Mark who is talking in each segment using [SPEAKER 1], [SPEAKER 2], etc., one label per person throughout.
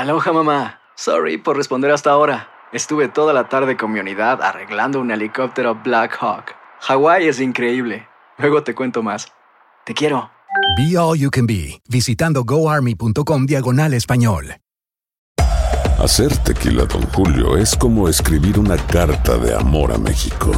[SPEAKER 1] Aloha, mamá. Sorry por responder hasta ahora. Estuve toda la tarde con mi unidad arreglando un helicóptero Black Hawk. Hawái es increíble. Luego te cuento más. Te quiero.
[SPEAKER 2] Be All You Can Be, visitando goarmy.com/español.
[SPEAKER 3] Hacer tequila Don Julio es como escribir una carta de amor a México.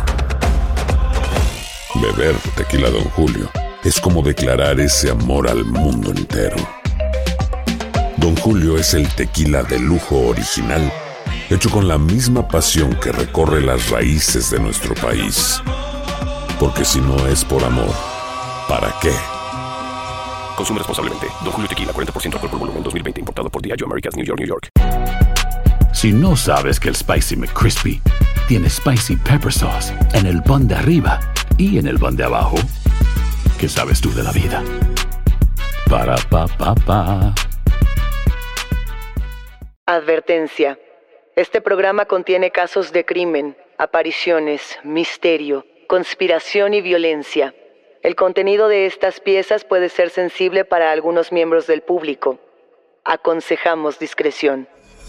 [SPEAKER 3] Beber tequila Don Julio es como declarar ese amor al mundo entero. Don Julio es el tequila de lujo original, hecho con la misma pasión que recorre las raíces de nuestro país. Porque si no es por amor, ¿para qué?
[SPEAKER 4] Consume responsablemente. Don Julio Tequila, 40% alcohol por volumen, 2020. Importado por Diageo Americas, New York, New York.
[SPEAKER 5] Si no sabes que el Spicy McCrispy tiene Spicy Pepper Sauce en el pan de arriba y en el pan de abajo, ¿qué sabes tú de la vida? Para, pa, pa, pa.
[SPEAKER 6] Advertencia. Este programa contiene casos de crimen, apariciones, misterio, conspiración y violencia. El contenido de estas piezas puede ser sensible para algunos miembros del público. Aconsejamos discreción.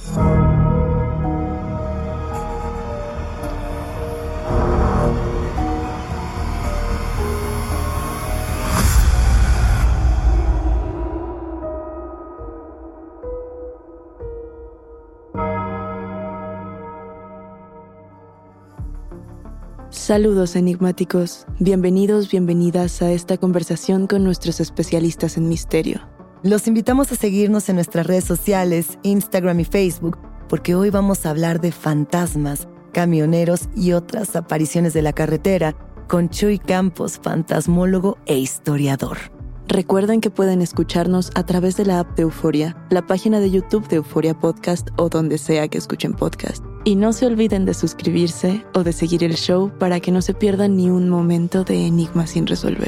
[SPEAKER 7] Saludos enigmáticos, bienvenidos, bienvenidas a esta conversación con nuestros especialistas en misterio.
[SPEAKER 8] Los invitamos a seguirnos en nuestras redes sociales, Instagram y Facebook, porque hoy vamos a hablar de fantasmas, camioneros y otras apariciones de la carretera con Chuy Campos, fantasmólogo e historiador.
[SPEAKER 7] Recuerden que pueden escucharnos a través de la app de Euforia, la página de YouTube de Euforia Podcast o donde sea que escuchen podcast. Y no se olviden de suscribirse o de seguir el show para que no se pierdan ni un momento de enigma sin resolver.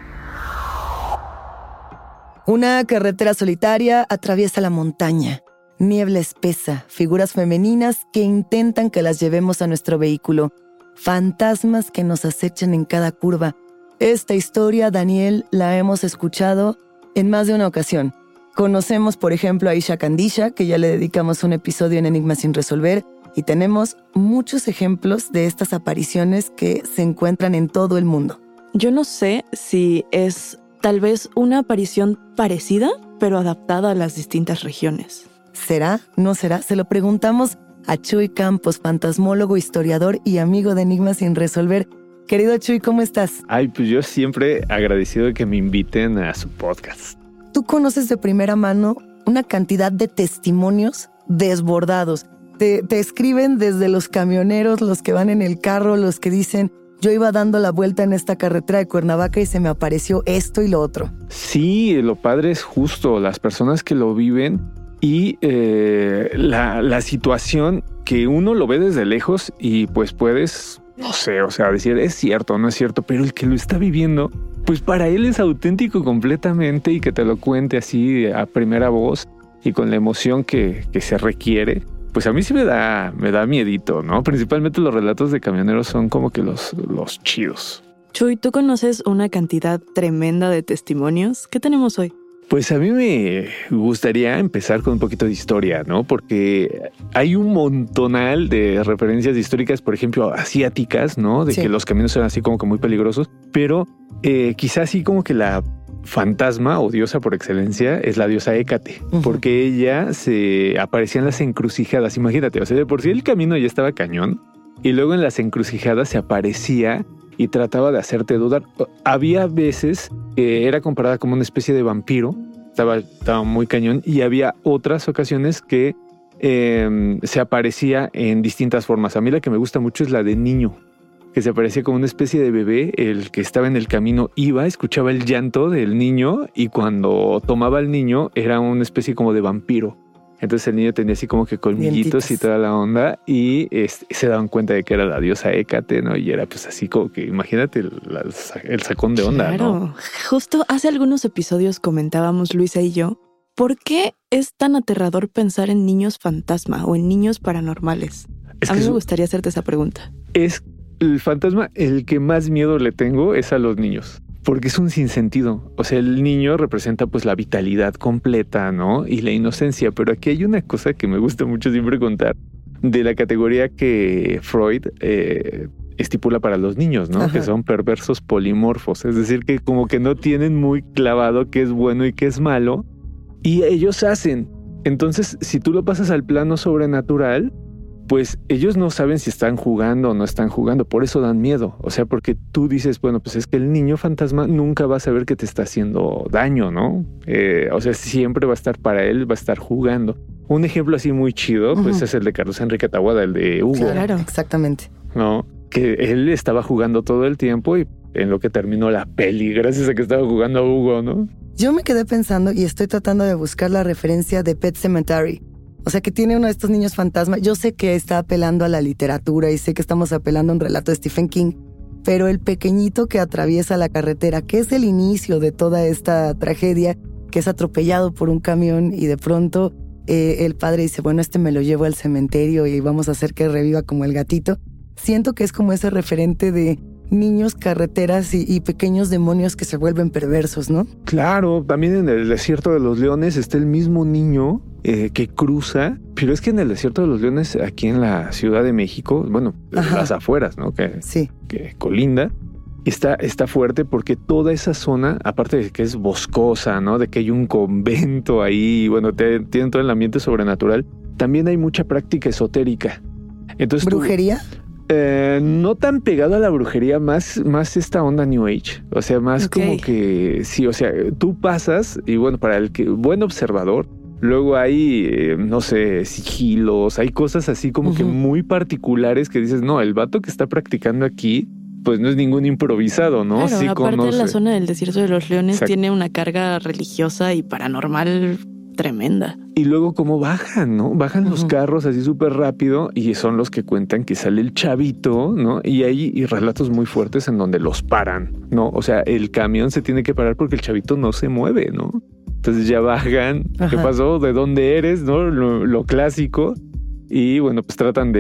[SPEAKER 8] Una carretera solitaria atraviesa la montaña. Niebla espesa, figuras femeninas que intentan que las llevemos a nuestro vehículo. Fantasmas que nos acechan en cada curva. Esta historia, Daniel, la hemos escuchado en más de una ocasión. Conocemos, por ejemplo, a Isha Kandisha, que ya le dedicamos un episodio en Enigma sin resolver, y tenemos muchos ejemplos de estas apariciones que se encuentran en todo el mundo.
[SPEAKER 7] Yo no sé si es tal vez una aparición parecida, pero adaptada a las distintas regiones.
[SPEAKER 8] ¿Será? ¿No será? Se lo preguntamos a Chuy Campos, fantasmólogo, historiador y amigo de Enigma sin resolver. Querido Chuy, ¿cómo estás?
[SPEAKER 9] Ay, pues yo siempre agradecido de que me inviten a su podcast.
[SPEAKER 8] Tú conoces de primera mano una cantidad de testimonios desbordados. Te escriben desde los camioneros, los que van en el carro, los que dicen, yo iba dando la vuelta en esta carretera de Cuernavaca y se me apareció esto y lo otro.
[SPEAKER 9] Sí, lo padre es justo las personas que lo viven y la situación que uno lo ve desde lejos y pues puedes, no sé, o sea, decir es cierto o no es cierto, pero el que lo está viviendo, pues para él es auténtico completamente y que te lo cuente así a primera voz y con la emoción que se requiere. Pues a mí sí me da miedito, ¿no? Principalmente los relatos de camioneros son como que los chidos.
[SPEAKER 7] Chuy, ¿tú conoces una cantidad tremenda de testimonios? ¿Qué tenemos hoy?
[SPEAKER 9] Pues a mí me gustaría empezar con un poquito de historia, ¿no? Porque hay un montonal de referencias históricas, por ejemplo, asiáticas, ¿no? De que los caminos son así como que muy peligrosos, pero quizás así como que la fantasma o diosa por excelencia es la diosa Hécate, porque ella se aparecía en las encrucijadas. Imagínate, o sea, de por sí el camino ya estaba cañón y luego en las encrucijadas se aparecía y trataba de hacerte dudar. Había veces que era comparada como una especie de vampiro, estaba muy cañón, y había otras ocasiones que se aparecía en distintas formas. A mí la que me gusta mucho es la de niño, que se aparecía como una especie de bebé. El que estaba en el camino escuchaba el llanto del niño y cuando tomaba al niño era una especie como de vampiro. Entonces el niño tenía así como que colmillitos y toda la onda y se daban cuenta de que era la diosa Hécate, ¿no? Y era pues así como que imagínate el sacón de onda,
[SPEAKER 7] claro,
[SPEAKER 9] ¿no?
[SPEAKER 7] Justo hace algunos episodios comentábamos Luisa y yo, ¿por qué es tan aterrador pensar en niños fantasma o en niños paranormales? A mí me gustaría hacerte esa pregunta.
[SPEAKER 9] Es el fantasma, el que más miedo le tengo es a los niños. porque es un sinsentido. O sea, el niño representa pues la vitalidad completa, ¿no? Y la inocencia. Pero aquí hay una cosa que me gusta mucho siempre contar de la categoría que Freud estipula para los niños, ¿no? Ajá. Que son perversos polimorfos. Es decir, que como que no tienen muy clavado qué es bueno y qué es malo. Y ellos hacen. Entonces, si tú lo pasas al plano sobrenatural, pues ellos no saben si están jugando o no están jugando. Por eso dan miedo. O sea, porque tú dices, bueno, pues es que el niño fantasma nunca va a saber que te está haciendo daño, ¿no? O sea, siempre va a estar para él, va a estar jugando. Un ejemplo así muy chido, pues es el de Carlos Enrique Taboada, el de Hugo.
[SPEAKER 8] Claro, exactamente.
[SPEAKER 9] ¿No? Que él estaba jugando todo el tiempo y en lo que terminó la peli, gracias a que estaba jugando a Hugo, ¿no?
[SPEAKER 8] Yo me quedé pensando y estoy tratando de buscar la referencia de Pet Sematary. O sea, que tiene uno de estos niños fantasma. Yo sé que está apelando a la literatura y sé que estamos apelando a un relato de Stephen King, pero el pequeñito que atraviesa la carretera, que es el inicio de toda esta tragedia, que es atropellado por un camión y de pronto el padre dice, bueno, me lo llevo al cementerio y vamos a hacer que reviva como el gatito. Siento que es como ese referente de niños, carreteras y pequeños demonios que se vuelven perversos, ¿no?
[SPEAKER 9] Claro, también en el Desierto de los Leones está el mismo niño que cruza, pero es que en el Desierto de los Leones, aquí en la Ciudad de México, bueno, las afueras, ¿no? Que colinda, está fuerte porque toda esa zona, aparte de que es boscosa, ¿no? De que hay un convento ahí, bueno, tienen todo el ambiente sobrenatural, también hay mucha práctica esotérica. Entonces,
[SPEAKER 8] ¿brujería?
[SPEAKER 9] No tan pegado a la brujería, más esta onda New Age. O sea, más como que sí, o sea, tú pasas y bueno, para el buen observador, luego hay, no sé, sigilos, hay cosas así como que muy particulares que dices, no, el vato que está practicando aquí, pues no es ningún improvisado, ¿no?
[SPEAKER 7] Claro,
[SPEAKER 9] sí
[SPEAKER 7] aparte
[SPEAKER 9] conoce.
[SPEAKER 7] la zona del Desierto de los Leones tiene una carga religiosa y paranormal tremenda.
[SPEAKER 9] Y luego cómo bajan, ¿no? Bajan los carros así súper rápido y son los que cuentan que sale el chavito, ¿no? Y hay relatos muy fuertes en donde los paran, ¿no? O sea, el camión se tiene que parar porque el chavito no se mueve, ¿no? Entonces ya bajan, ¿qué pasó? ¿De dónde eres? ¿No? Lo clásico. Y bueno, pues tratan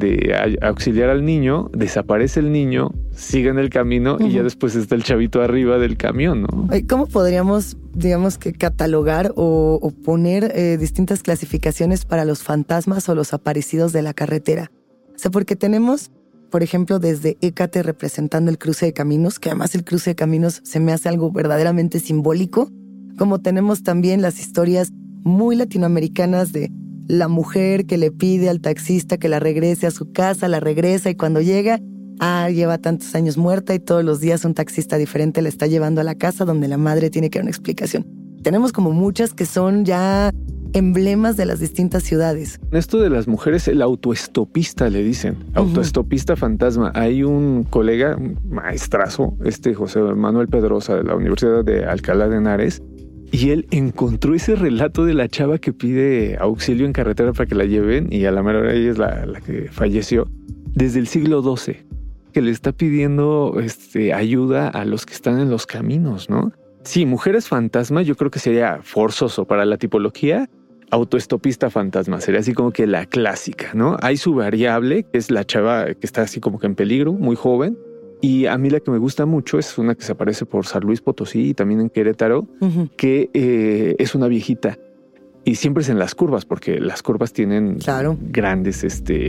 [SPEAKER 9] de auxiliar al niño, desaparece el niño, siguen el camino y ya después está el chavito arriba del camión, ¿no?
[SPEAKER 8] ¿Cómo podríamos, digamos, que catalogar o poner distintas clasificaciones para los fantasmas o los aparecidos de la carretera? O sea, porque tenemos, por ejemplo, desde Hécate representando el cruce de caminos, que además el cruce de caminos se me hace algo verdaderamente simbólico, como tenemos también las historias muy latinoamericanas de la mujer que le pide al taxista que la regrese a su casa, la regresa y cuando llega, lleva tantos años muerta y todos los días un taxista diferente la está llevando a la casa donde la madre tiene que dar una explicación. Tenemos como muchas que son ya emblemas de las distintas ciudades.
[SPEAKER 9] Esto de las mujeres, el autoestopista le dicen, autoestopista fantasma. Hay un colega, un maestrazo, José Manuel Pedrosa de la Universidad de Alcalá de Henares, y él encontró ese relato de la chava que pide auxilio en carretera para que la lleven y a la mera hora ella es la que falleció desde el siglo XII, que le está pidiendo ayuda a los que están en los caminos, ¿no? Sí, mujeres fantasma yo creo que sería forzoso para la tipología. Autoestopista fantasma sería así como que la clásica, ¿no? Hay su variable, que es la chava que está así como que en peligro, muy joven. Y a mí la que me gusta mucho es una que se aparece por San Luis Potosí y también en Querétaro, que es una viejita. Y siempre es en las curvas, porque las curvas tienen grandes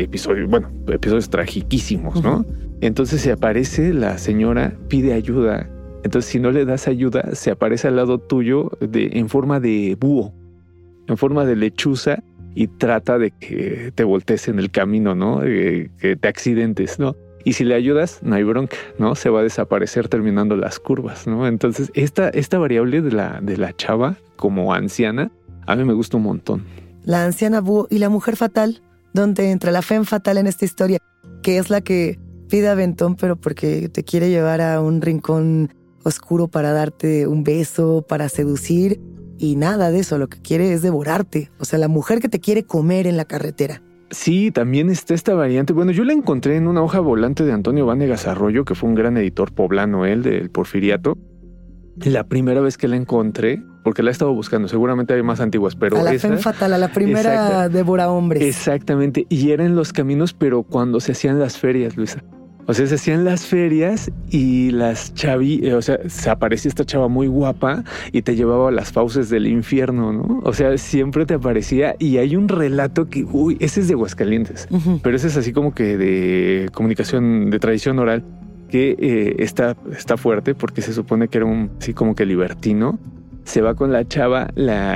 [SPEAKER 9] episodios tragiquísimos, ¿no? Entonces se aparece la señora, pide ayuda. Entonces si no le das ayuda, se aparece al lado tuyo en forma de búho, en forma de lechuza y trata de que te voltees en el camino, ¿no? Que te accidentes, ¿no? Y si le ayudas, no hay bronca, ¿no? Se va a desaparecer terminando las curvas, ¿no? Entonces, esta variable de la chava como anciana, a mí me gusta un montón.
[SPEAKER 8] La anciana búho y la mujer fatal, donde entra la femme fatal en esta historia, que es la que pide aventón, pero porque te quiere llevar a un rincón oscuro para darte un beso, para seducir, y nada de eso, lo que quiere es devorarte. O sea, la mujer que te quiere comer en la carretera.
[SPEAKER 9] Sí, también está esta variante. Bueno, yo la encontré en una hoja volante de Antonio Vanegas Arroyo, que fue un gran editor poblano, él, del Porfiriato. La primera vez que la encontré, porque la he estado buscando, seguramente hay más antiguas, pero
[SPEAKER 8] a la femme fatal, a la primera devora hombres.
[SPEAKER 9] Exactamente, y era en los caminos, pero cuando se hacían las ferias, Luisa. O sea, se hacían las ferias y las se aparecía esta chava muy guapa y te llevaba a las fauces del infierno, ¿no? O sea, siempre te aparecía y hay un relato que, ese es de Aguascalientes, pero ese es así como que de comunicación, de tradición oral, que está fuerte porque se supone que era así como que libertino. Se va con la chava,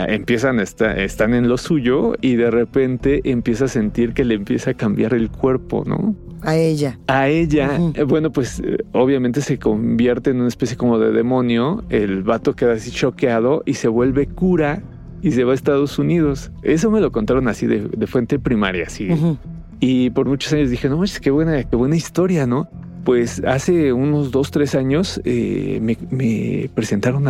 [SPEAKER 9] están en lo suyo y de repente empieza a sentir que le empieza a cambiar el cuerpo, ¿no?
[SPEAKER 8] A ella.
[SPEAKER 9] Bueno, pues obviamente se convierte en una especie como de demonio. El vato queda así choqueado y se vuelve cura y se va a Estados Unidos. Eso me lo contaron así de fuente primaria, así. Y por muchos años dije, no, qué buena historia, ¿no? Pues hace unos 2-3 años me presentaron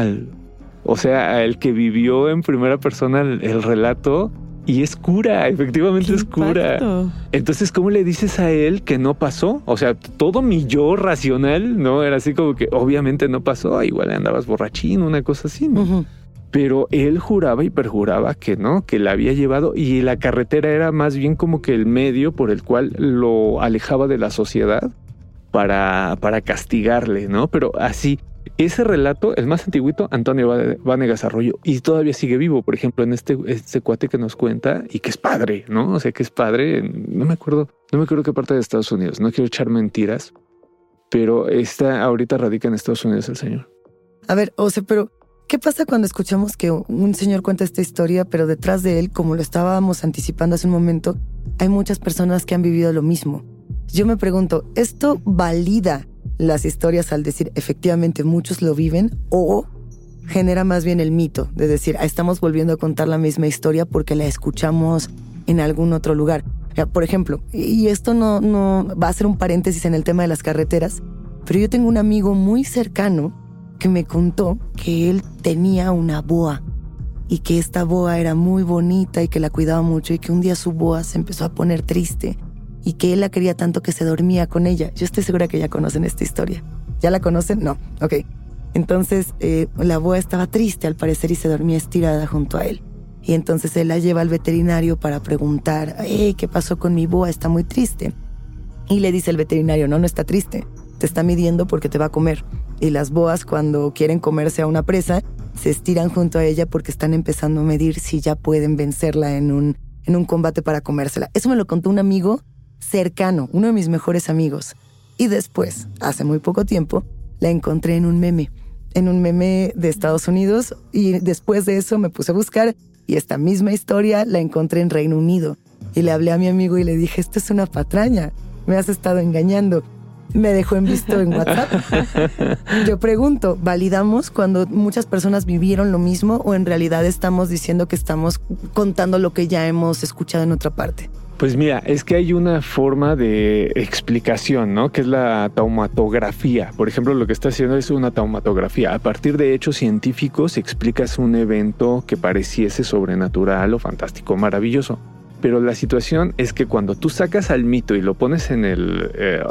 [SPEAKER 9] al que vivió en primera persona el relato y es cura, efectivamente es cura. Entonces, ¿cómo le dices a él que no pasó? O sea, todo mi yo racional, ¿no? Era así como que obviamente no pasó, igual andabas borrachín, una cosa así, ¿no? Pero él juraba y perjuraba que no, que la había llevado y la carretera era más bien como que el medio por el cual lo alejaba de la sociedad para castigarle, ¿no? Pero así... Ese relato, el más antiguito, Antonio Vanegas Arroyo, y todavía sigue vivo, por ejemplo, en este cuate que nos cuenta y que es padre, ¿no? O sea, que es padre, no me acuerdo qué parte de Estados Unidos, no quiero echar mentiras, pero ahorita radica en Estados Unidos el señor.
[SPEAKER 8] A ver, pero ¿qué pasa cuando escuchamos que un señor cuenta esta historia, pero detrás de él, como lo estábamos anticipando hace un momento, hay muchas personas que han vivido lo mismo? Yo me pregunto, ¿esto valida las historias al decir efectivamente muchos lo viven o genera más bien el mito de decir estamos volviendo a contar la misma historia porque la escuchamos en algún otro lugar? Por ejemplo, y esto no va a ser un paréntesis en el tema de las carreteras, pero yo tengo un amigo muy cercano que me contó que él tenía una boa y que esta boa era muy bonita y que la cuidaba mucho y que un día su boa se empezó a poner triste y que él la quería tanto que se dormía con ella. Yo estoy segura que ya conocen esta historia. ¿Ya la conocen? No. Ok. Entonces, la boa estaba triste al parecer y se dormía estirada junto a él. Y entonces él la lleva al veterinario para preguntar, ¿qué pasó con mi boa? Está muy triste. Y le dice el veterinario, no está triste. Te está midiendo porque te va a comer. Y las boas, cuando quieren comerse a una presa, se estiran junto a ella porque están empezando a medir si ya pueden vencerla en un combate para comérsela. Eso me lo contó un amigo cercano, uno de mis mejores amigos. Y después, hace muy poco tiempo, la encontré en un meme de Estados Unidos, y después de eso me puse a buscar y esta misma historia la encontré en Reino Unido. Y le hablé a mi amigo y le dije, esto es una patraña, me has estado engañando. Me dejó en visto en WhatsApp. Yo pregunto, ¿validamos cuando muchas personas vivieron lo mismo o en realidad estamos diciendo que estamos contando lo que ya hemos escuchado en otra parte?
[SPEAKER 9] Pues mira, es que hay una forma de explicación, ¿no? Que es la taumatografía. Por ejemplo, lo que está haciendo es una taumatografía. A partir de hechos científicos explicas un evento que pareciese sobrenatural o fantástico, maravilloso. Pero la situación es que cuando tú sacas al mito y lo pones en el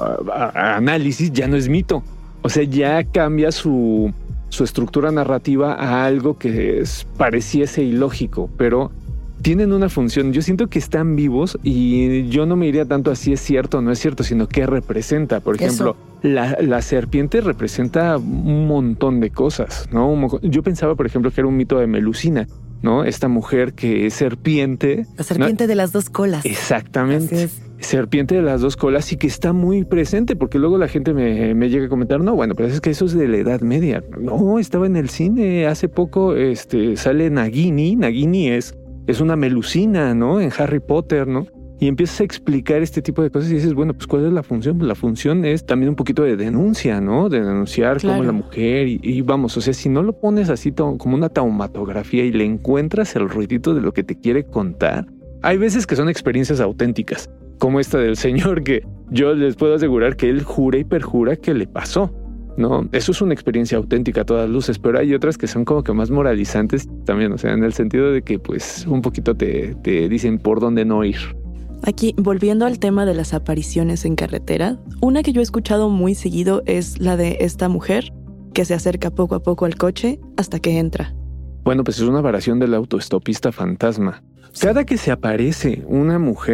[SPEAKER 9] análisis, ya no es mito. O sea, ya cambia su estructura narrativa a algo que pareciese ilógico, pero tienen una función. Yo siento que están vivos y yo no me iría tanto a si es cierto o no es cierto, sino qué representa. Por ejemplo, la serpiente representa un montón de cosas, ¿no? Yo pensaba, por ejemplo, que era un mito de Melusina, ¿no? Esta mujer que es serpiente.
[SPEAKER 8] La serpiente, ¿no?, de las dos colas.
[SPEAKER 9] Exactamente. Serpiente de las dos colas y que está muy presente, porque luego la gente me llega a comentar, no, bueno, pero es que eso es de la Edad Media. No, estaba en el cine hace poco, sale Nagini. Nagini es una Melusina, ¿no? En Harry Potter, ¿no? Y empiezas a explicar este tipo de cosas y dices, bueno, pues ¿cuál es la función? Pues la función es también un poquito de denuncia, ¿no? De denunciar como la mujer y vamos, o sea, si no lo pones así como una taumatografía y le encuentras el ruidito de lo que te quiere contar, hay veces que son experiencias auténticas, como esta del señor que yo les puedo asegurar que él jura y perjura que le pasó, ¿no? Eso es una experiencia auténtica a todas luces, pero hay otras que son como que más moralizantes también, o sea, en el sentido de que pues un poquito te dicen por dónde no ir.
[SPEAKER 7] Aquí, volviendo al tema de las apariciones en carretera, una que yo he escuchado muy seguido es la de esta mujer que se acerca poco a poco al coche hasta que entra.
[SPEAKER 9] Bueno, pues es una variación del autoestopista fantasma. Cada que se aparece una mujer,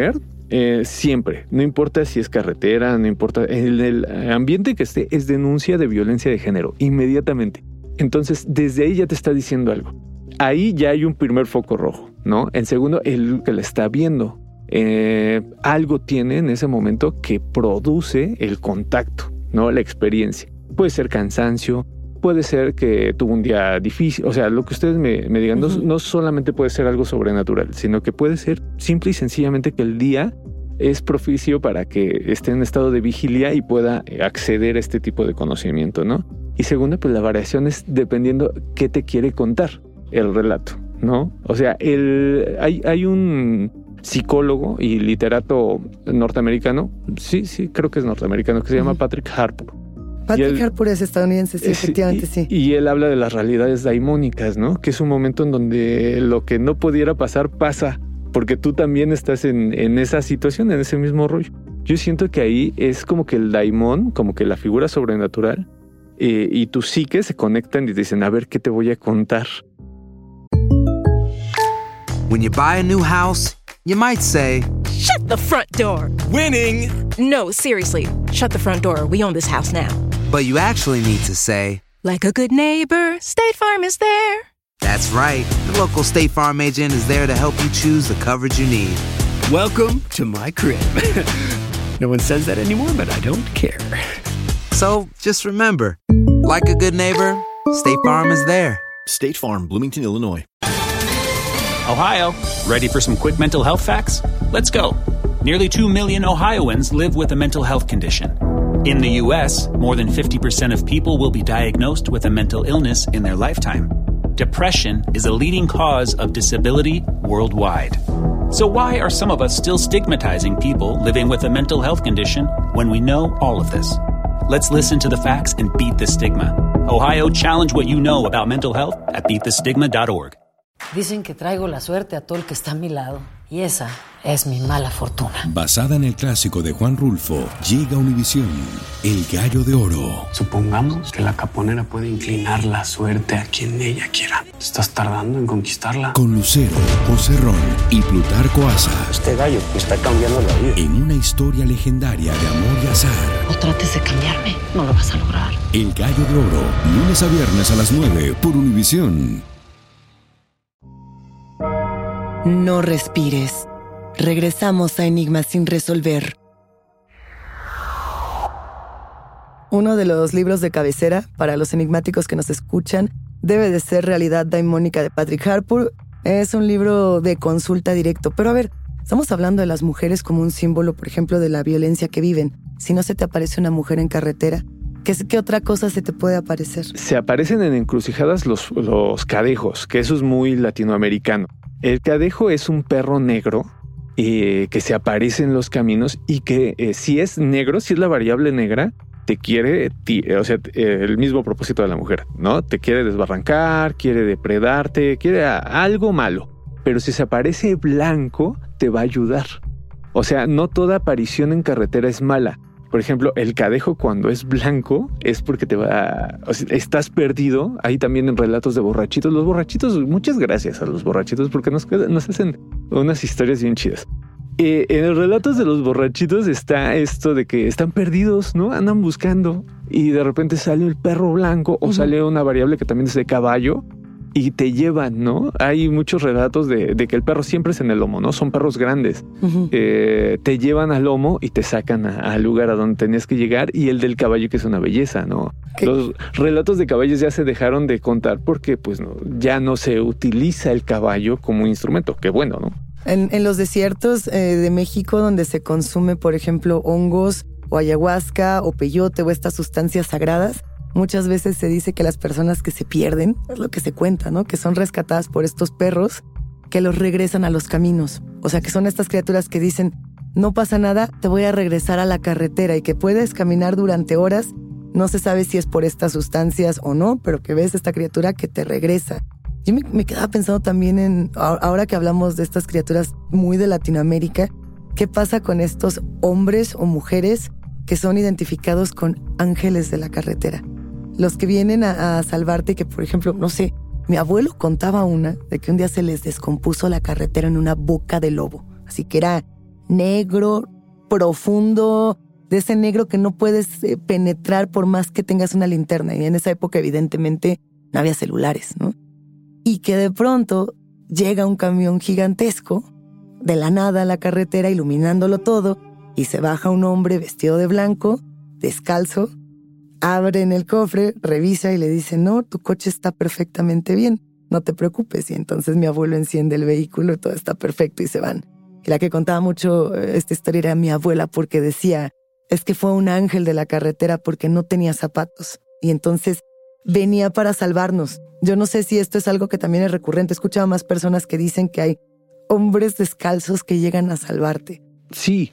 [SPEAKER 9] Siempre, no importa si es carretera, no importa, en el ambiente que esté, es denuncia de violencia de género, inmediatamente. Entonces, desde ahí ya te está diciendo algo. Ahí ya hay un primer foco rojo, ¿no? En segundo, el que la está viendo. Algo tiene en ese momento que produce el contacto, ¿no? La experiencia. Puede ser cansancio, puede ser que tuvo un día difícil. O sea, lo que ustedes me digan, no solamente puede ser algo sobrenatural, sino que puede ser simple y sencillamente que el día es propicio para que esté en estado de vigilia y pueda acceder a este tipo de conocimiento, ¿no? Y segundo, pues la variación es dependiendo qué te quiere contar el relato, ¿no? O sea, hay un psicólogo y literato norteamericano, sí, creo que es norteamericano, que se llama Patrick Harpur.
[SPEAKER 8] Patrick Harpur es estadounidense, sí, efectivamente, sí.
[SPEAKER 9] Y él habla de las realidades daimónicas, ¿no? Que es un momento en donde lo que no pudiera pasar, pasa, porque tú también estás en esa situación, en ese mismo rollo. Yo siento que ahí es como que el daimón, como que la figura sobrenatural, y tu psique se conectan y te dicen, a ver, ¿qué te voy a contar?
[SPEAKER 10] When you buy a new house, you might say,
[SPEAKER 11] "Shut the front door."
[SPEAKER 10] Winning!
[SPEAKER 11] No, seriously. Shut the front door. We own this house now.
[SPEAKER 10] But you actually need to say,
[SPEAKER 11] like a good neighbor, State Farm is there.
[SPEAKER 10] That's right. The local State Farm agent is there to help you choose the coverage you need.
[SPEAKER 12] Welcome to my crib. No one says that anymore, but I don't care.
[SPEAKER 10] So, just remember, like a good neighbor, State Farm is there.
[SPEAKER 13] State Farm, Bloomington, Illinois.
[SPEAKER 14] Ohio, ready for some quick mental health facts? Let's go. Nearly 2 million Ohioans live with a mental health condition. In the U.S., more than 50% of people will be diagnosed with a mental illness in their lifetime. Depression is a leading cause of disability worldwide. So why are some of us still stigmatizing people living with a mental health condition when we know all of this? Let's listen to the facts and beat the stigma. Ohio, challenge what you know about mental health at beatthestigma.org.
[SPEAKER 15] Dicen que traigo la suerte a todo el que está a mi lado, y esa es mi mala fortuna.
[SPEAKER 16] Basada en el clásico de Juan Rulfo, llega a Univisión, El Gallo de Oro.
[SPEAKER 17] Supongamos que la caponera puede inclinar la suerte a quien ella quiera. ¿Estás tardando en conquistarla?
[SPEAKER 16] Con Lucero, José Ron y Plutarco Asa.
[SPEAKER 17] Este gallo me está cambiando la vida.
[SPEAKER 16] En una historia legendaria de amor y azar.
[SPEAKER 15] No trates de cambiarme, no lo vas a lograr.
[SPEAKER 16] El Gallo de Oro, lunes a viernes a las 9 por Univisión.
[SPEAKER 8] No respires. Regresamos a Enigmas sin resolver. Uno de los libros de cabecera para los enigmáticos que nos escuchan debe de ser Realidad Daimónica de Patrick Harpur. Es un libro de consulta directo. Pero a ver, estamos hablando de las mujeres como un símbolo, por ejemplo, de la violencia que viven. Si no se te aparece una mujer en carretera, ¿qué otra cosa se te puede aparecer?
[SPEAKER 9] Se aparecen en encrucijadas los cadejos, que eso es muy latinoamericano. El cadejo es un perro negro que se aparece en los caminos y que si es negro, si es la variable negra, te quiere, o sea, el mismo propósito de la mujer, ¿no? Te quiere desbarrancar, quiere depredarte, quiere algo malo. Pero si se aparece blanco, te va a ayudar. O sea, no toda aparición en carretera es mala. Por ejemplo, el cadejo cuando es blanco es porque o sea, estás perdido. Ahí también en relatos de borrachitos. Los borrachitos, muchas gracias a los borrachitos porque nos hacen unas historias bien chidas. En los relatos de los borrachitos está esto de que están perdidos, ¿no? Andan buscando y de repente sale el perro blanco o sale una variable que también es de caballo y te llevan, ¿no? Hay muchos relatos de que el perro siempre es en el lomo, ¿no? Son perros grandes. Te llevan al lomo y te sacan al lugar a donde tenías que llegar, y el del caballo, que es una belleza, ¿no? Los relatos de caballos ya se dejaron de contar porque pues ya no se utiliza el caballo como instrumento. Qué bueno, ¿no?
[SPEAKER 8] En los desiertos de México, donde se consume, por ejemplo, hongos o ayahuasca o peyote o estas sustancias sagradas, muchas veces se dice que las personas que se pierden, es lo que se cuenta, ¿no? Que son rescatadas por estos perros que los regresan a los caminos. O sea, que son estas criaturas que dicen, no pasa nada, te voy a regresar a la carretera, y que puedes caminar durante horas. No se sabe si es por estas sustancias o no, pero que ves esta criatura que te regresa. Yo me quedaba pensando también en, ahora que hablamos de estas criaturas muy de Latinoamérica, ¿qué pasa con estos hombres o mujeres que son identificados con ángeles de la carretera? Los que vienen a salvarte, que por ejemplo, no sé, mi abuelo contaba una de que un día se les descompuso la carretera en una boca de lobo. Así que era negro, profundo, de ese negro que no puedes penetrar por más que tengas una linterna. Y en esa época, evidentemente, no había celulares, ¿no? Y que de pronto llega un camión gigantesco de la nada a la carretera, iluminándolo todo, y se baja un hombre vestido de blanco, descalzo, abre en el cofre, revisa y le dice, no, tu coche está perfectamente bien, no te preocupes. Y entonces mi abuelo enciende el vehículo y todo está perfecto y se van. Y la que contaba mucho esta historia era mi abuela, porque decía, es que fue un ángel de la carretera porque no tenía zapatos. Y entonces venía para salvarnos. Yo no sé si esto es algo que también es recurrente. He escuchado a más personas que dicen que hay hombres descalzos que llegan a salvarte.
[SPEAKER 9] Sí.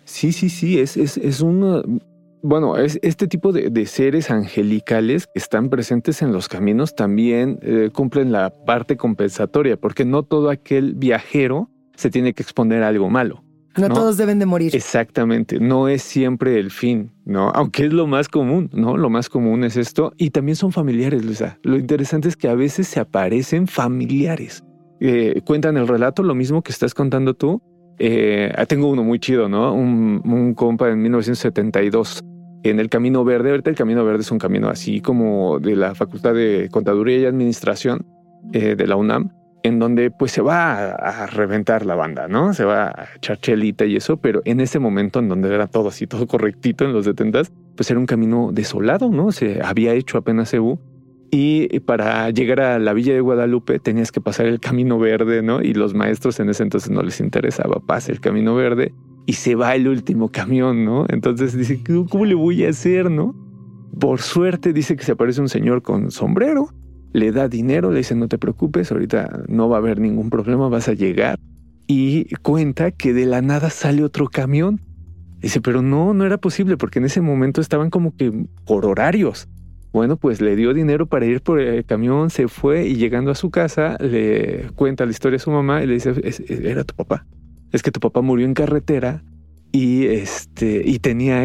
[SPEAKER 9] Es un... Bueno, es este tipo de seres angelicales que están presentes en los caminos también cumplen la parte compensatoria, porque no todo aquel viajero se tiene que exponer a algo malo.
[SPEAKER 8] No todos deben de morir.
[SPEAKER 9] Exactamente, no es siempre el fin, ¿no? Aunque es lo más común, ¿no? Lo más común es esto. Y también son familiares, Luisa. Lo interesante es que a veces se aparecen familiares. Cuentan el relato, lo mismo que estás contando tú. Tengo uno muy chido, ¿no? Un compa en 1972 en el Camino Verde. Ahorita el Camino Verde es un camino así como de la Facultad de Contaduría y Administración de la UNAM, en donde pues se va a reventar la banda, ¿no? Se va a echar chelita y eso, pero en ese momento en donde era todo así, todo correctito en los 70s, pues era un camino desolado, ¿no? Se había hecho apenas CU, y para llegar a la Villa de Guadalupe tenías que pasar el Camino Verde, ¿no? Y los maestros en ese entonces no les interesaba, pasa el Camino Verde y se va el último camión, ¿no? Entonces dice, ¿cómo le voy a hacer, no? Por suerte dice que se aparece un señor con sombrero, le da dinero, le dice, no te preocupes, ahorita no va a haber ningún problema, vas a llegar. Y cuenta que de la nada sale otro camión. Dice, pero no era posible, porque en ese momento estaban como que por horarios. Bueno, pues le dio dinero para ir por el camión, se fue, y llegando a su casa le cuenta la historia a su mamá y le dice, era tu papá. Es que tu papá murió en carretera y tenía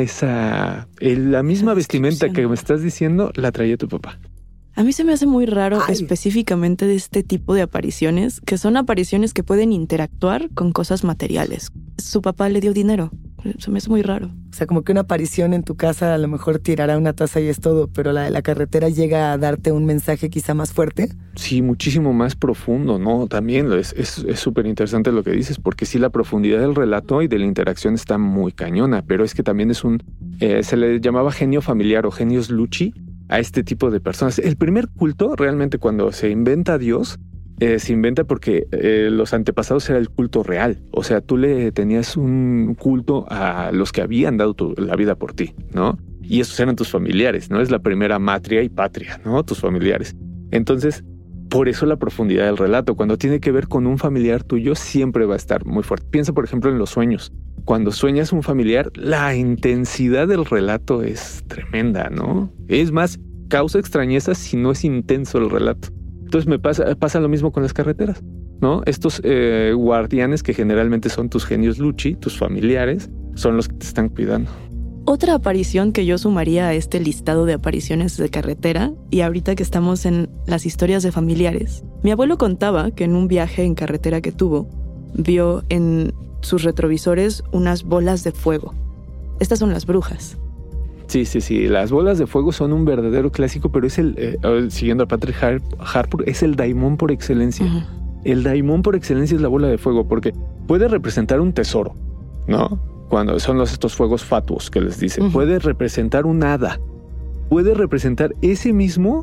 [SPEAKER 9] la misma vestimenta que me estás diciendo, la traía tu papá.
[SPEAKER 7] A mí se me hace muy raro específicamente de este tipo de apariciones, que son apariciones que pueden interactuar con cosas materiales. Su papá le dio dinero. Se me hace muy raro.
[SPEAKER 8] O sea, como que una aparición en tu casa a lo mejor tirará una taza y es todo, pero la de la carretera llega a darte un mensaje quizá más fuerte.
[SPEAKER 9] Sí, muchísimo más profundo, ¿no? También es súper interesante lo que dices, porque sí, la profundidad del relato y de la interacción está muy cañona, pero es que también es se le llamaba genio familiar o genius luci a este tipo de personas. El primer culto, realmente, cuando se inventa Dios, se inventa porque los antepasados era el culto real. O sea, tú le tenías un culto a los que habían dado la vida por ti, ¿no? Y esos eran tus familiares, ¿no? Es la primera matria y patria, ¿no? Tus familiares. Entonces, por eso la profundidad del relato. Cuando tiene que ver con un familiar tuyo, siempre va a estar muy fuerte. Piensa, por ejemplo, en los sueños. Cuando sueñas un familiar, la intensidad del relato es tremenda, ¿no? Es más, causa extrañeza si no es intenso el relato. Entonces pasa lo mismo con las carreteras, ¿no? Estos guardianes que generalmente son tus genios luci, tus familiares, son los que te están cuidando.
[SPEAKER 7] Otra aparición que yo sumaría a este listado de apariciones de carretera, y ahorita que estamos en las historias de familiares, mi abuelo contaba que en un viaje en carretera que tuvo, vio en sus retrovisores unas bolas de fuego. Estas son las brujas.
[SPEAKER 9] Sí. Las bolas de fuego son un verdadero clásico, pero es siguiendo a Patrick Harpur, es el daimón por excelencia. Uh-huh. El daimón por excelencia es la bola de fuego, porque puede representar un tesoro, ¿no? Cuando son estos fuegos fatuos que les dicen. Uh-huh. Puede representar un hada. Puede representar ese mismo...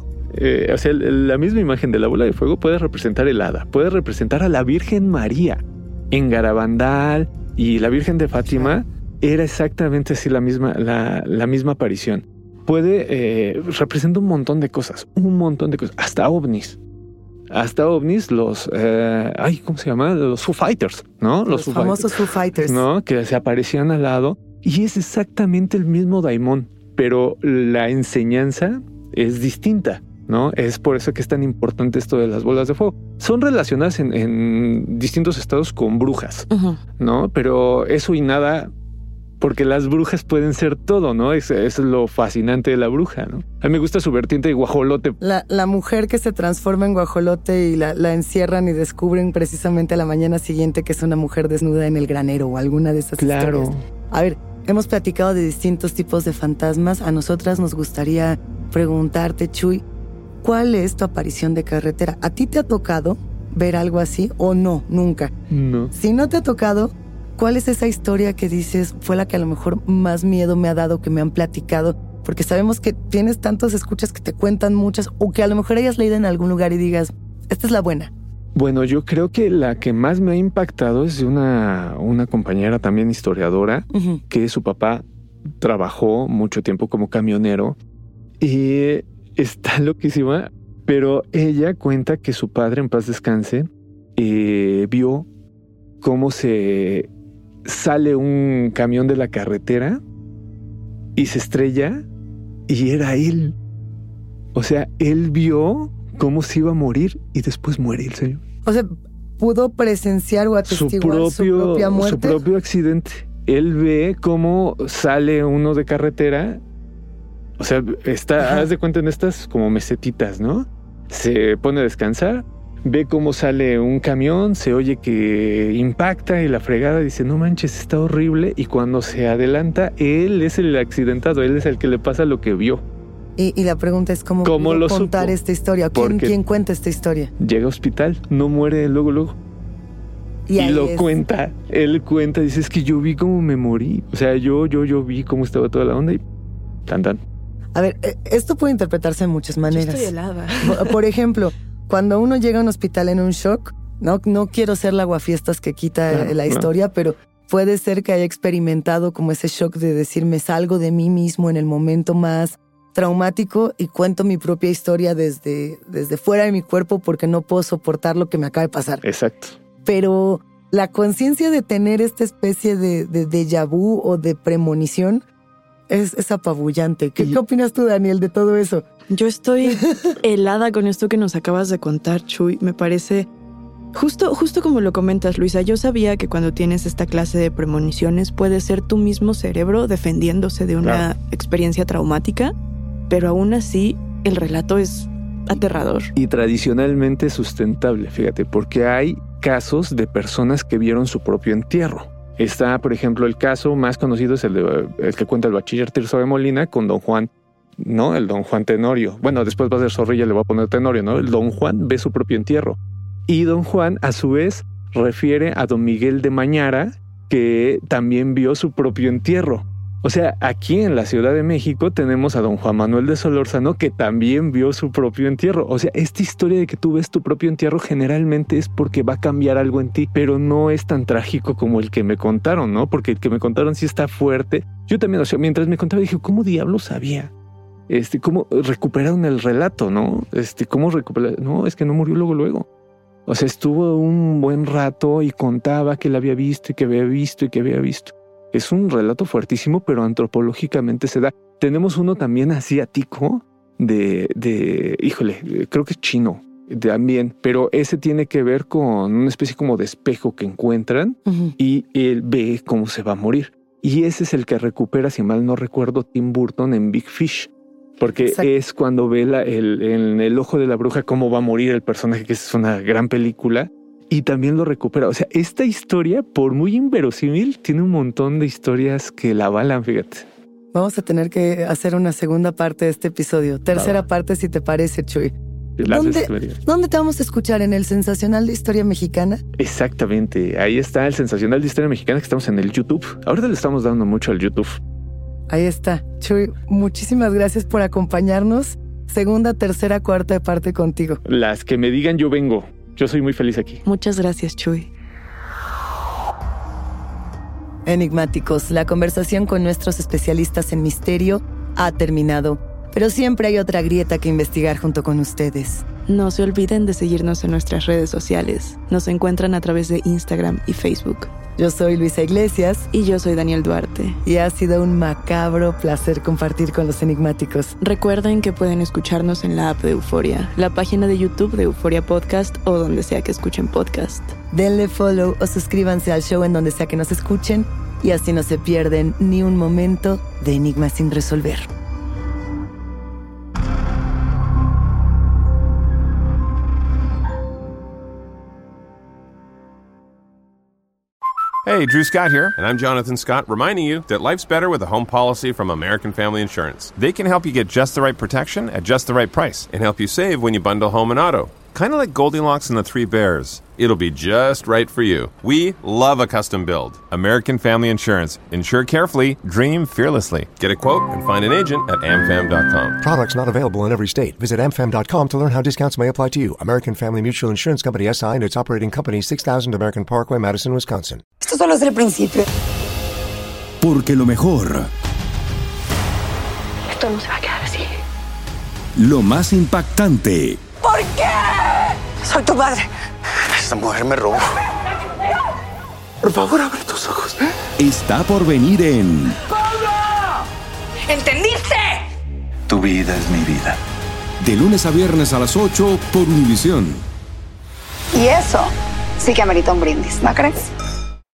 [SPEAKER 9] la misma imagen de la bola de fuego puede representar el hada. Puede representar a la Virgen María en Garabandal, y la Virgen de Fátima era exactamente así la misma aparición. Representa un montón de cosas, hasta ovnis. Los ¿cómo se llama? Los Foo Fighters, ¿no?
[SPEAKER 8] Los famosos Foo Fighters,
[SPEAKER 9] ¿no? Que se aparecían al lado, y es exactamente el mismo daimón, pero la enseñanza es distinta, ¿no? Es por eso que es tan importante esto de las bolas de fuego. Son relacionadas en distintos estados con brujas, uh-huh, ¿no? Pero eso y nada Porque las brujas pueden ser todo, ¿no? Eso es lo fascinante de la bruja, ¿no? A mí me gusta su vertiente de guajolote.
[SPEAKER 8] La mujer que se transforma en guajolote y la encierran y descubren precisamente a la mañana siguiente que es una mujer desnuda en el granero o alguna de esas historias. A ver, hemos platicado de distintos tipos de fantasmas. A nosotras nos gustaría preguntarte, Chuy, ¿cuál es tu aparición de carretera? ¿A ti te ha tocado ver algo así o no? Nunca.
[SPEAKER 9] No.
[SPEAKER 8] Si no te ha tocado, ¿cuál es esa historia que dices fue la que a lo mejor más miedo me ha dado, que me han platicado? Porque sabemos que tienes tantos escuchas que te cuentan muchas, o que a lo mejor hayas leído en algún lugar y digas, esta es la buena.
[SPEAKER 9] Bueno, yo creo que la que más me ha impactado es de una compañera también historiadora, que su papá trabajó mucho tiempo como camionero y está loquísima, pero ella cuenta que su padre, en paz descanse, vio cómo se sale un camión de la carretera y se estrella y era él. O sea, él vio cómo se iba a morir y después muere el señor. O sea,
[SPEAKER 8] pudo presenciar o atestiguar su propia muerte.
[SPEAKER 9] Su propio accidente. Él ve cómo sale uno de carretera. O sea, haz de cuenta en estas como mesetitas, ¿no? Se pone a descansar. Ve cómo sale un camión, se oye que impacta y la fregada, dice, no manches, está horrible. Y cuando se adelanta, él es el accidentado, él es el que le pasa lo que vio.
[SPEAKER 8] Y la pregunta es, ¿cómo pudo contar esta historia? ¿Quién cuenta esta historia?
[SPEAKER 9] Llega al hospital, no muere luego. Y lo cuenta, él cuenta, dice, es que yo vi cómo me morí. O sea, yo vi cómo estaba toda la onda y tan.
[SPEAKER 8] A ver, esto puede interpretarse de muchas maneras.
[SPEAKER 7] Yo estoy helada.
[SPEAKER 8] Por ejemplo, cuando uno llega a un hospital en un shock, no quiero ser la aguafiestas que quita la historia, pero puede ser que haya experimentado como ese shock de decir, me salgo de mí mismo en el momento más traumático y cuento mi propia historia desde fuera de mi cuerpo porque no puedo soportar lo que me acaba de pasar.
[SPEAKER 9] Exacto.
[SPEAKER 8] Pero la conciencia de tener esta especie de déjà vu o de premonición es apabullante. ¿Qué opinas tú, Daniel, de todo eso?
[SPEAKER 7] Yo estoy helada con esto que nos acabas de contar, Chuy. Me parece justo como lo comentas, Luisa. Yo sabía que cuando tienes esta clase de premoniciones puede ser tu mismo cerebro defendiéndose de una experiencia traumática, pero aún así el relato es aterrador.
[SPEAKER 9] Y tradicionalmente sustentable, fíjate, porque hay casos de personas que vieron su propio entierro. Está, por ejemplo, el caso más conocido es el que cuenta el bachiller Tirso de Molina con Don Juan, ¿no? El Don Juan Tenorio. Bueno, después va a ser Zorrilla, le va a poner Tenorio, ¿no? El Don Juan ve su propio entierro. Y Don Juan, a su vez, refiere a Don Miguel de Mañara, que también vio su propio entierro. O sea, aquí en la Ciudad de México tenemos a Don Juan Manuel de Solórzano, que también vio su propio entierro. O sea, esta historia de que tú ves tu propio entierro generalmente es porque va a cambiar algo en ti, pero no es tan trágico como el que me contaron, ¿no? Porque el que me contaron sí está fuerte. Yo también, o sea, mientras me contaba dije, ¿cómo diablos sabía? ¿Cómo recuperaron el relato, no? ¿Cómo recuperaron? No, es que no murió luego. O sea, estuvo un buen rato y contaba que la había visto y que había visto y que había visto. Es un relato fuertísimo, pero antropológicamente se da. Tenemos uno también asiático híjole, creo que es chino también, pero ese tiene que ver con una especie como de espejo que encuentran y él ve cómo se va a morir. Y ese es el que recupera, si mal no recuerdo, Tim Burton en Big Fish. Porque es cuando ve en el ojo de la bruja cómo va a morir el personaje, que es una gran película. Y también lo recupera. O sea, esta historia, por muy inverosímil, tiene un montón de historias que la avalan, fíjate.
[SPEAKER 8] Vamos a tener que hacer una segunda parte de este episodio. Tercera parte, si te parece, Chuy. ¿Dónde te vamos a escuchar? ¿En el Sensacional de Historia Mexicana?
[SPEAKER 9] Exactamente. Ahí está el Sensacional de Historia Mexicana, que estamos en el YouTube. Ahorita le estamos dando mucho al YouTube.
[SPEAKER 8] Ahí está. Chuy, muchísimas gracias por acompañarnos. Segunda, tercera, cuarta parte contigo.
[SPEAKER 9] Las que me digan, yo vengo. Yo soy muy feliz aquí.
[SPEAKER 7] Muchas gracias, Chuy.
[SPEAKER 8] Enigmáticos, la conversación con nuestros especialistas en misterio ha terminado, pero siempre hay otra grieta que investigar junto con ustedes.
[SPEAKER 7] No se olviden de seguirnos en nuestras redes sociales. Nos encuentran a través de Instagram y Facebook.
[SPEAKER 8] Yo soy Luisa Iglesias.
[SPEAKER 7] Y yo soy Daniel Duarte.
[SPEAKER 8] Y ha sido un macabro placer compartir con los enigmáticos.
[SPEAKER 7] Recuerden que pueden escucharnos en la app de Euforia, la página de YouTube de Euforia Podcast o donde sea que escuchen podcast.
[SPEAKER 8] Denle follow o suscríbanse al show en donde sea que nos escuchen y así no se pierden ni un momento de enigmas sin resolver.
[SPEAKER 18] Hey, Drew Scott here, and I'm Jonathan Scott, reminding you that life's better with a home policy from American Family Insurance. They can help you get just the right protection at just the right price and help you save when you bundle home and auto. Kind of like Goldilocks and the Three Bears. It'll be just right for you. We love a custom build. American Family Insurance. Insure carefully, dream fearlessly. Get a quote and find an agent at amfam.com.
[SPEAKER 19] Products not available in every state. Visit amfam.com to learn how discounts may apply to you. American Family Mutual Insurance Company SI and its operating company 6000 American Parkway, Madison, Wisconsin.
[SPEAKER 20] Esto solo es el principio.
[SPEAKER 16] Porque lo mejor,
[SPEAKER 20] Esto no se va a quedar así.
[SPEAKER 16] lo más impactante,
[SPEAKER 20] ¿Por qué? Soy tu padre.
[SPEAKER 21] Esta mujer me robó. Por favor, abre tus ojos.
[SPEAKER 16] está por venir en
[SPEAKER 20] ¡Pablo! ¿Entendiste?
[SPEAKER 21] Tu vida es mi vida.
[SPEAKER 16] de lunes a viernes a las 8 por Univisión.
[SPEAKER 20] Y eso sí que amerita un brindis, ¿no crees?